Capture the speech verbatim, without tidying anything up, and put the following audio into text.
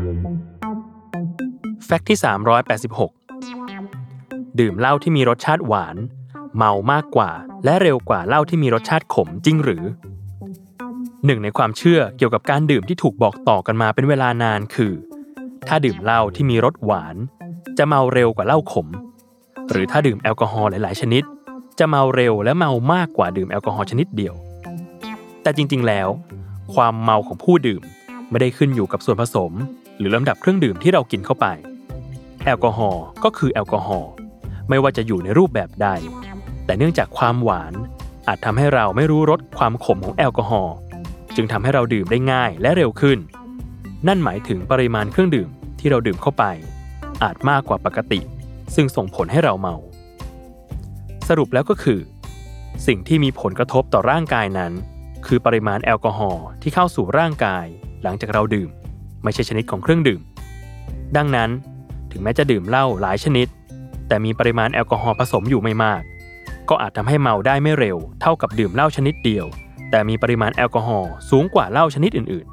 แฟกต์ที่สามร้อยแปดสิบหกดื่มเหล้าที่มีรสชาติหวานเมามากกว่าและเร็วกว่าเหล้าที่มีรสชาติขมจริงหรือหนึ่งในความเชื่อเกี่ยวกับการดื่มที่ถูกบอกต่อกันมาเป็นเวลานานคือถ้าดื่มเหล้าที่มีรสหวานจะเมาเร็วกว่าเหล้าขมหรือถ้าดื่มแอลกอฮอล์หลายๆชนิดจะเมาเร็วและเมามากกว่าดื่มแอลกอฮอล์ชนิดเดียวแต่จริงๆแล้วความเมาของผู้ดื่มไม่ได้ขึ้นอยู่กับส่วนผสมหรือลำดับเครื่องดื่มที่เรากินเข้าไปแอลกอฮอล์ก็คือแอลกอฮอล์ไม่ว่าจะอยู่ในรูปแบบใดแต่เนื่องจากความหวานอาจทำให้เราไม่รู้รสความขมของแอลกอฮอล์จึงทำให้เราดื่มได้ง่ายและเร็วขึ้นนั่นหมายถึงปริมาณเครื่องดื่มที่เราดื่มเข้าไปอาจมากกว่าปกติซึ่งส่งผลให้เราเมาสรุปแล้วก็คือสิ่งที่มีผลกระทบต่อร่างกายนั้นคือปริมาณแอลกอฮอล์ที่เข้าสู่ร่างกายหลังจากเราดื่มไม่ใช่ชนิดของเครื่องดื่มดังนั้นถึงแม้จะดื่มเหล้าหลายชนิดแต่มีปริมาณแอลกอฮอล์ผสมอยู่ไม่มากก็อาจทำให้เมาได้ไม่เร็วเท่ากับดื่มเหล้าชนิดเดียวแต่มีปริมาณแอลกอฮอล์สูงกว่าเหล้าชนิดอื่น